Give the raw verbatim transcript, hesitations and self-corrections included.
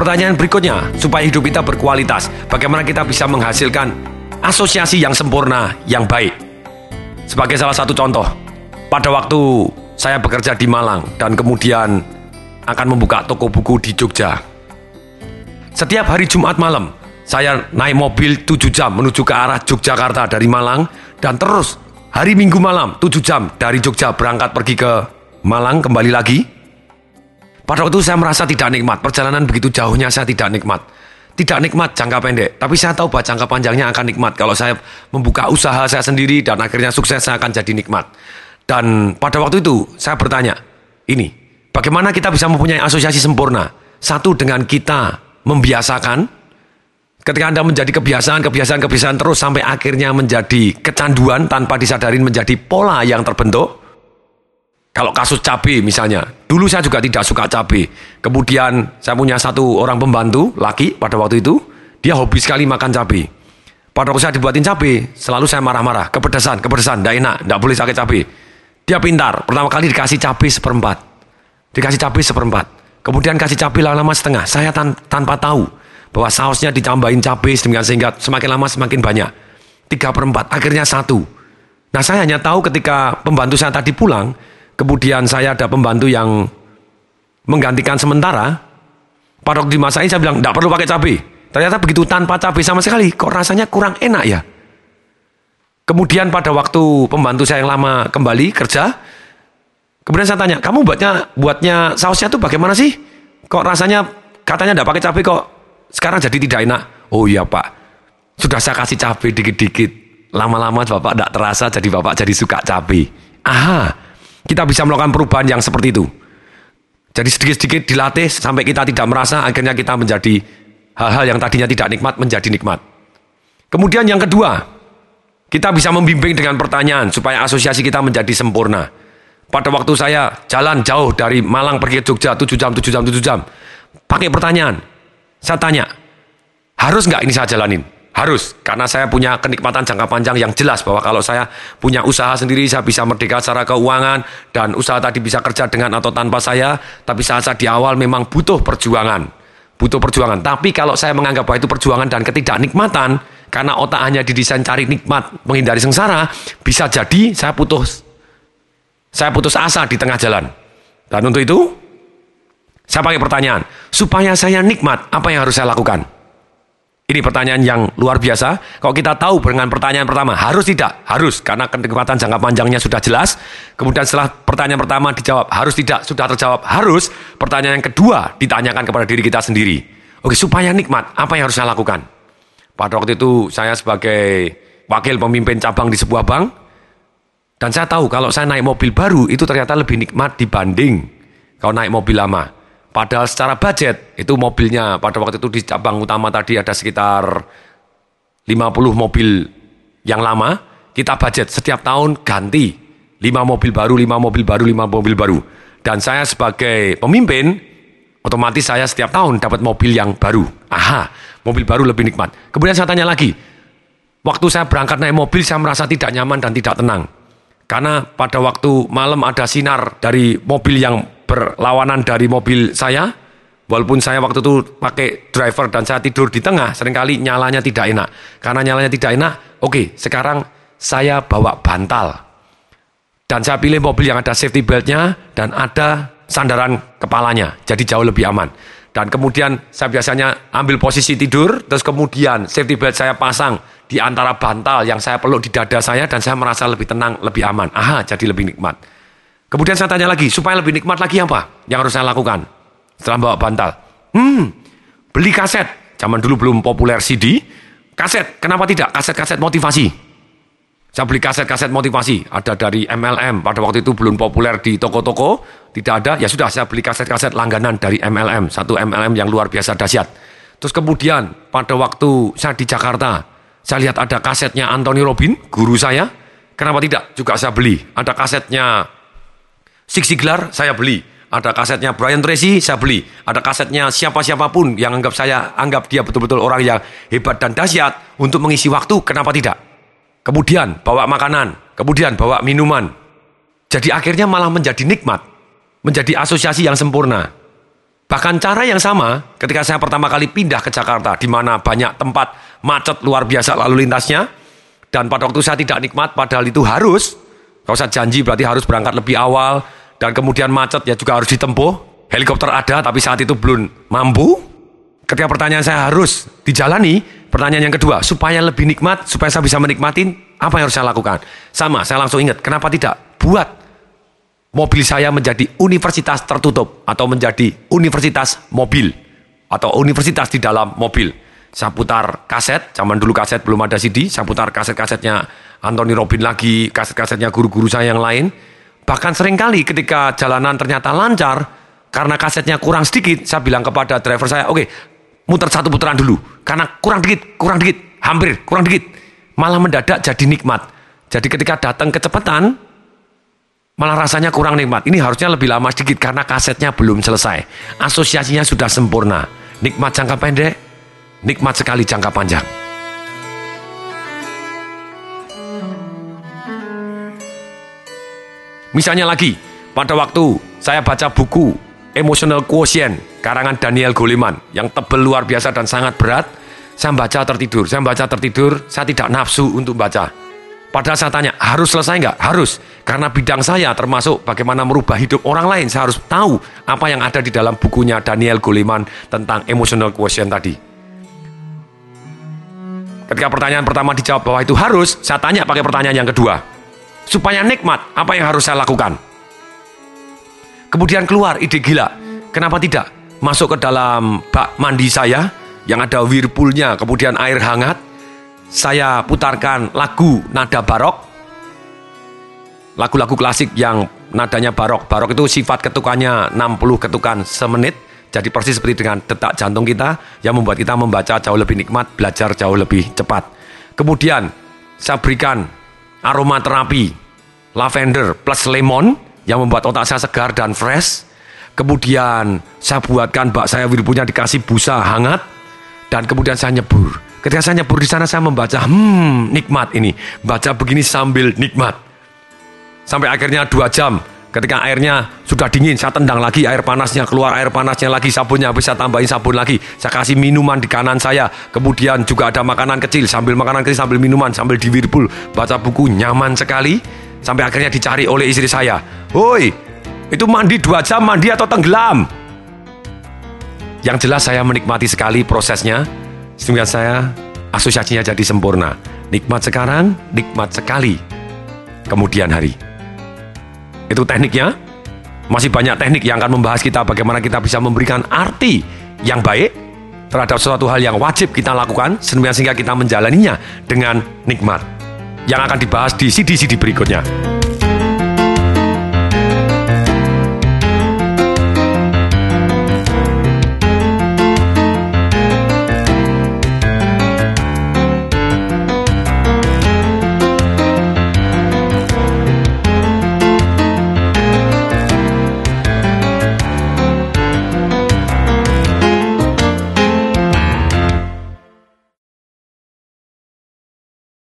Pertanyaan berikutnya, supaya hidup kita berkualitas, bagaimana kita bisa menghasilkan asosiasi yang sempurna, yang baik? Sebagai salah satu contoh, pada waktu saya bekerja di Malang dan kemudian akan membuka toko buku di Jogja. Setiap hari Jumat malam, saya naik mobil tujuh jam menuju ke arah Yogyakarta dari Malang, dan terus hari Minggu malam tujuh jam dari Jogja berangkat pergi ke Malang kembali lagi. Pada waktu itu saya merasa tidak nikmat, perjalanan begitu jauhnya saya tidak nikmat. Tidak nikmat jangka pendek, tapi saya tahu bahwa jangka panjangnya akan nikmat. Kalau saya membuka usaha saya sendiri dan akhirnya sukses, saya akan jadi nikmat. Dan pada waktu itu saya bertanya, ini, bagaimana kita bisa mempunyai asosiasi sempurna? Satu, dengan kita membiasakan. Ketika Anda menjadi kebiasaan, kebiasaan, kebiasaan terus sampai akhirnya menjadi kecanduan tanpa disadarin menjadi pola yang terbentuk. Kalau kasus cabai misalnya, dulu saya juga tidak suka cabai. Kemudian saya punya satu orang pembantu, laki pada waktu itu, dia hobi sekali makan cabai. Pada waktu saya dibuatin cabai, selalu saya marah-marah, kepedesan, kepedesan, tidak enak, tidak boleh pakai cabai. Dia pintar, pertama kali dikasih cabai seperempat. Dikasih cabai seperempat. Kemudian kasih cabai lama-lama setengah. Saya tan tanpa tahu bahwa sausnya ditambahin cabai sehingga semakin lama semakin banyak. Tiga perempat, akhirnya satu. Nah, saya hanya tahu ketika pembantu saya tadi pulang, kemudian saya ada pembantu yang menggantikan sementara. Pada waktu dimasakin saya bilang, tidak perlu pakai cabai. Ternyata begitu tanpa cabai sama sekali, kok rasanya kurang enak ya. Kemudian pada waktu pembantu saya yang lama kembali kerja, kemudian saya tanya, kamu buatnya buatnya sausnya tuh bagaimana sih? Kok rasanya katanya tidak pakai cabai kok sekarang jadi tidak enak? Oh iya Pak, sudah saya kasih cabai dikit-dikit. Lama-lama Bapak tidak terasa, jadi Bapak jadi suka cabai. Aha. Kita bisa melakukan perubahan yang seperti itu. Jadi sedikit-sedikit dilatih sampai kita tidak merasa, akhirnya kita menjadi hal-hal yang tadinya tidak nikmat menjadi nikmat. Kemudian yang kedua, kita bisa membimbing dengan pertanyaan supaya asosiasi kita menjadi sempurna. Pada waktu saya jalan jauh dari Malang pergi ke Jogja tujuh jam, tujuh jam, tujuh jam, pakai pertanyaan. Saya tanya, harus nggak ini saya jalanin? Harus, karena saya punya kenikmatan jangka panjang yang jelas bahwa kalau saya punya usaha sendiri, saya bisa merdeka secara keuangan, dan usaha tadi bisa kerja dengan atau tanpa saya, tapi saat-saat di awal memang butuh perjuangan. Butuh perjuangan, tapi kalau saya menganggap bahwa itu perjuangan dan ketidaknikmatan, karena otak hanya didesain cari nikmat, menghindari sengsara, bisa jadi saya putus, saya putus asa di tengah jalan. Dan untuk itu, saya pakai pertanyaan, supaya saya nikmat, apa yang harus saya lakukan? Ini pertanyaan yang luar biasa. Kalau kita tahu dengan pertanyaan pertama, harus tidak? Harus, karena kenikmatan jangka panjangnya sudah jelas. Kemudian setelah pertanyaan pertama dijawab, harus tidak? Sudah terjawab, harus. Pertanyaan yang kedua ditanyakan kepada diri kita sendiri. Oke, supaya nikmat, apa yang harus saya lakukan? Pada waktu itu saya sebagai wakil pemimpin cabang di sebuah bank, dan saya tahu kalau saya naik mobil baru, itu ternyata lebih nikmat dibanding kalau naik mobil lama. Padahal secara budget, itu mobilnya pada waktu itu di cabang utama tadi ada sekitar lima puluh mobil yang lama. Kita budget setiap tahun ganti lima mobil baru, lima mobil baru, lima mobil baru. Dan saya sebagai pemimpin, otomatis saya setiap tahun dapat mobil yang baru. Aha, mobil baru lebih nikmat. Kemudian saya tanya lagi, waktu saya berangkat naik mobil, saya merasa tidak nyaman dan tidak tenang. Karena pada waktu malam ada sinar dari mobil yang berlawanan dari mobil saya, walaupun saya waktu itu pakai driver dan saya tidur di tengah, seringkali nyalanya tidak enak. Karena nyalanya tidak enak, oke, sekarang saya bawa bantal. Dan saya pilih mobil yang ada safety beltnya dan ada sandaran kepalanya, jadi jauh lebih aman. Dan kemudian saya biasanya ambil posisi tidur, terus kemudian safety belt saya pasang di antara bantal yang saya peluk di dada saya, dan saya merasa lebih tenang, lebih aman. Aha, jadi lebih nikmat. Kemudian saya tanya lagi, supaya lebih nikmat lagi apa yang harus saya lakukan setelah bawa bantal? Hmm, beli kaset. Zaman dulu belum populer C D. Kaset, kenapa tidak? Kaset-kaset motivasi. Saya beli kaset-kaset motivasi. Ada dari M L M. Pada waktu itu belum populer di toko-toko. Tidak ada, ya sudah saya beli kaset-kaset langganan dari M L M. Satu M L M yang luar biasa dahsyat. Terus kemudian pada waktu saya di Jakarta, saya lihat ada kasetnya Anthony Robbins, guru saya. Kenapa tidak? Juga saya beli. Ada kasetnya Zig Ziglar, saya beli. Ada kasetnya Brian Tracy, saya beli. Ada kasetnya siapa-siapapun yang anggap saya, anggap dia betul-betul orang yang hebat dan dahsyat untuk mengisi waktu, kenapa tidak? Kemudian bawa makanan, kemudian bawa minuman. Jadi akhirnya malah menjadi nikmat, menjadi asosiasi yang sempurna. Bahkan cara yang sama ketika saya pertama kali pindah ke Jakarta, di mana banyak tempat macet luar biasa lalu lintasnya, dan pada waktu saya tidak nikmat, padahal itu harus, kalau saya janji berarti harus berangkat lebih awal, dan kemudian macet ya juga harus ditempuh, helikopter ada tapi saat itu belum mampu. Ketika pertanyaan saya harus dijalani, pertanyaan yang kedua, supaya lebih nikmat, supaya saya bisa menikmatin, apa yang harus saya lakukan? Sama, saya langsung ingat, kenapa tidak buat mobil saya menjadi universitas tertutup atau menjadi universitas mobil atau universitas di dalam mobil. Saya putar kaset, zaman dulu kaset belum ada C D, saya putar kaset-kasetnya Anthony Robin lagi, kaset-kasetnya guru-guru saya yang lain. Bahkan seringkali ketika jalanan ternyata lancar, karena kasetnya kurang sedikit, saya bilang kepada driver saya, oke, okay, muter satu putaran dulu, karena kurang dikit, kurang dikit, hampir, kurang dikit. Malah mendadak jadi nikmat. Jadi ketika datang kecepatan, malah rasanya kurang nikmat. Ini harusnya lebih lama sedikit karena kasetnya belum selesai. Asosiasinya sudah sempurna. Nikmat jangka pendek, nikmat sekali jangka panjang. Misalnya lagi, pada waktu saya baca buku Emotional Quotient karangan Daniel Goleman yang tebal luar biasa dan sangat berat, saya baca tertidur. Saya baca tertidur, saya tidak nafsu untuk baca. Padahal saya tanya, harus selesai nggak? Harus. Karena bidang saya termasuk bagaimana merubah hidup orang lain. Saya harus tahu apa yang ada di dalam bukunya Daniel Goleman tentang Emotional Quotient tadi. Ketika pertanyaan pertama dijawab bahwa itu harus, saya tanya pakai pertanyaan yang kedua. Supaya nikmat, apa yang harus saya lakukan? Kemudian keluar ide gila. Kenapa tidak? Masuk ke dalam bak mandi saya yang ada whirlpoolnya, kemudian air hangat. Saya putarkan lagu nada barok, lagu-lagu klasik yang nadanya barok. Barok itu sifat ketukannya enam puluh ketukan semenit, jadi persis seperti dengan detak jantung kita yang membuat kita membaca jauh lebih nikmat, belajar jauh lebih cepat. Kemudian saya berikan aromaterapi lavender plus lemon yang membuat otak saya segar dan fresh. Kemudian saya buatkan bak saya whirlpoolnya dikasih busa hangat, dan kemudian saya nyebur. Ketika saya nyebur di sana, saya membaca, hmm, nikmat ini. Baca begini sambil nikmat. Sampai akhirnya dua jam. Ketika airnya sudah dingin, saya tendang lagi air panasnya, keluar air panasnya lagi, sabunnya habis, saya tambahin sabun lagi. Saya kasih minuman di kanan saya. Kemudian juga ada makanan kecil, sambil makanan kecil, sambil minuman, sambil di whirlpool. Baca buku, nyaman sekali. Sampai akhirnya dicari oleh istri saya. Hoi, itu mandi dua jam, mandi atau tenggelam? Yang jelas saya menikmati sekali prosesnya. Sehingga saya asosiasinya jadi sempurna. Nikmat sekarang, nikmat sekali kemudian hari. Itu tekniknya. Masih banyak teknik yang akan membahas kita bagaimana kita bisa memberikan arti yang baik terhadap sesuatu hal yang wajib kita lakukan sehingga kita menjalaninya dengan nikmat. Yang akan dibahas di C D-C D berikutnya.